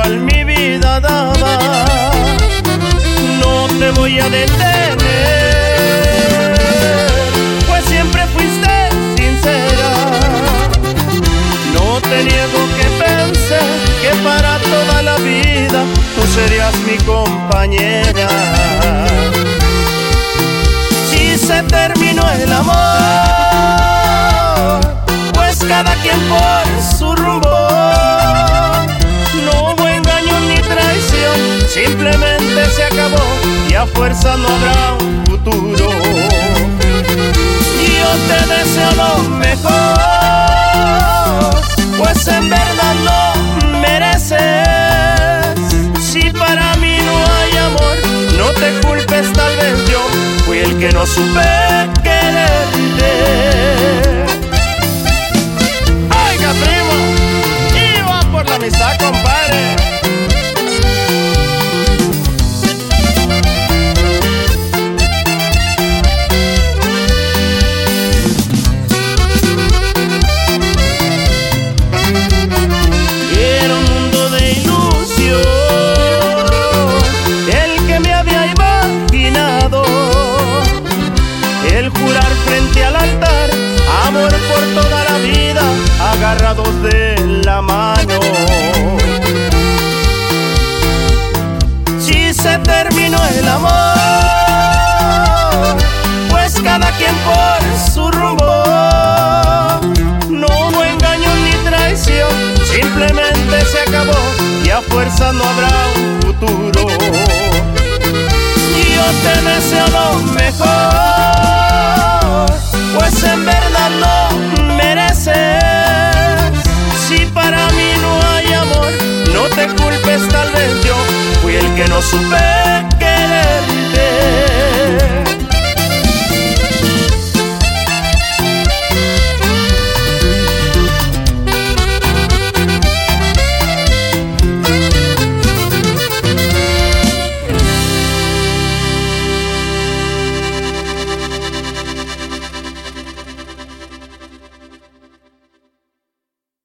cual mi vida daba. No te voy a detener, pues siempre fuiste sincera. No te niego que pensé que para toda la vida tú serías mi compañera. Si se terminó el amor, pues cada quien por su rumbo. No hubo engaño ni traición, simplemente se acabó y a fuerza no habrá un futuro. Yo te deseo lo mejor, pues en verdad lo mereces. Si para mí no hay amor, no te culpes, tal vez yo fui el que no supe quererte. Oiga, primo, iba por la amistad, compadre. Era un mundo de ilusión el que me había imaginado, el jurar frente al altar amor por toda la vida, agarrados de la mano. Si se terminó el amor, pues cada quien por su rumbo. No hubo engaño ni traición, simplemente se acabó y a fuerza no habrá un futuro. Yo te deseo lo mejor, pues en verdad lo mereces. Si para mí no hay amor, no te culpes, tal vez yo fui el que no supe